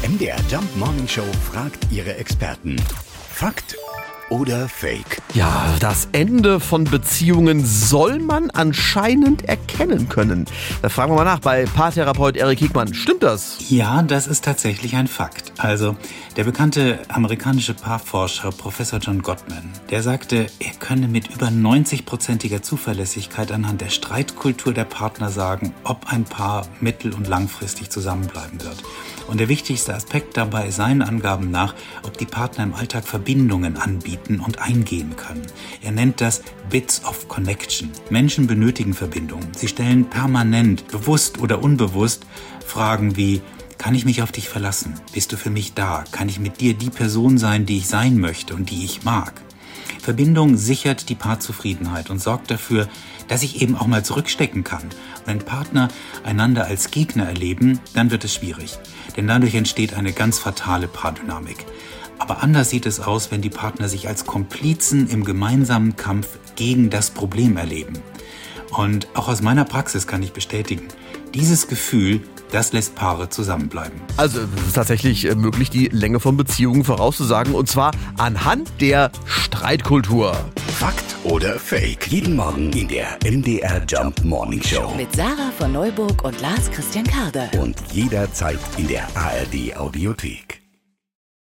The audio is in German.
MDR Jump Morning Show fragt ihre Experten. Fakt oder Fake? Ja, das Ende von Beziehungen soll man anscheinend erkennen können. Da fragen wir mal nach bei Paartherapeut Erik Hickmann. Stimmt das? Ja, das ist tatsächlich ein Fakt. Also, der bekannte amerikanische Paarforscher Professor John Gottman, der sagte, er könne mit über 90%iger Zuverlässigkeit anhand der Streitkultur der Partner sagen, ob ein Paar mittel- und langfristig zusammenbleiben wird. Und der wichtigste Aspekt dabei ist seinen Angaben nach, ob die Partner im Alltag Verbindungen anbieten und eingehen können. Er nennt das Bits of Connection. Menschen benötigen Verbindungen. Sie stellen permanent, bewusst oder unbewusst, Fragen wie: Kann ich mich auf dich verlassen? Bist du für mich da? Kann ich mit dir die Person sein, die ich sein möchte und die ich mag? Verbindung sichert die Paarzufriedenheit und sorgt dafür, dass ich eben auch mal zurückstecken kann. Wenn Partner einander als Gegner erleben, dann wird es schwierig. Denn dadurch entsteht eine ganz fatale Paardynamik. Aber anders sieht es aus, wenn die Partner sich als Komplizen im gemeinsamen Kampf gegen das Problem erleben. Und auch aus meiner Praxis kann ich bestätigen, dieses Gefühl, das lässt Paare zusammenbleiben. Also es ist tatsächlich möglich, die Länge von Beziehungen vorauszusagen, und zwar anhand der Streitkultur. Fakt oder Fake? Jeden Morgen in der MDR Jump Morning Show. Mit Sarah von Neuburg und Lars Christian Karde. Und jederzeit in der ARD Audiothek.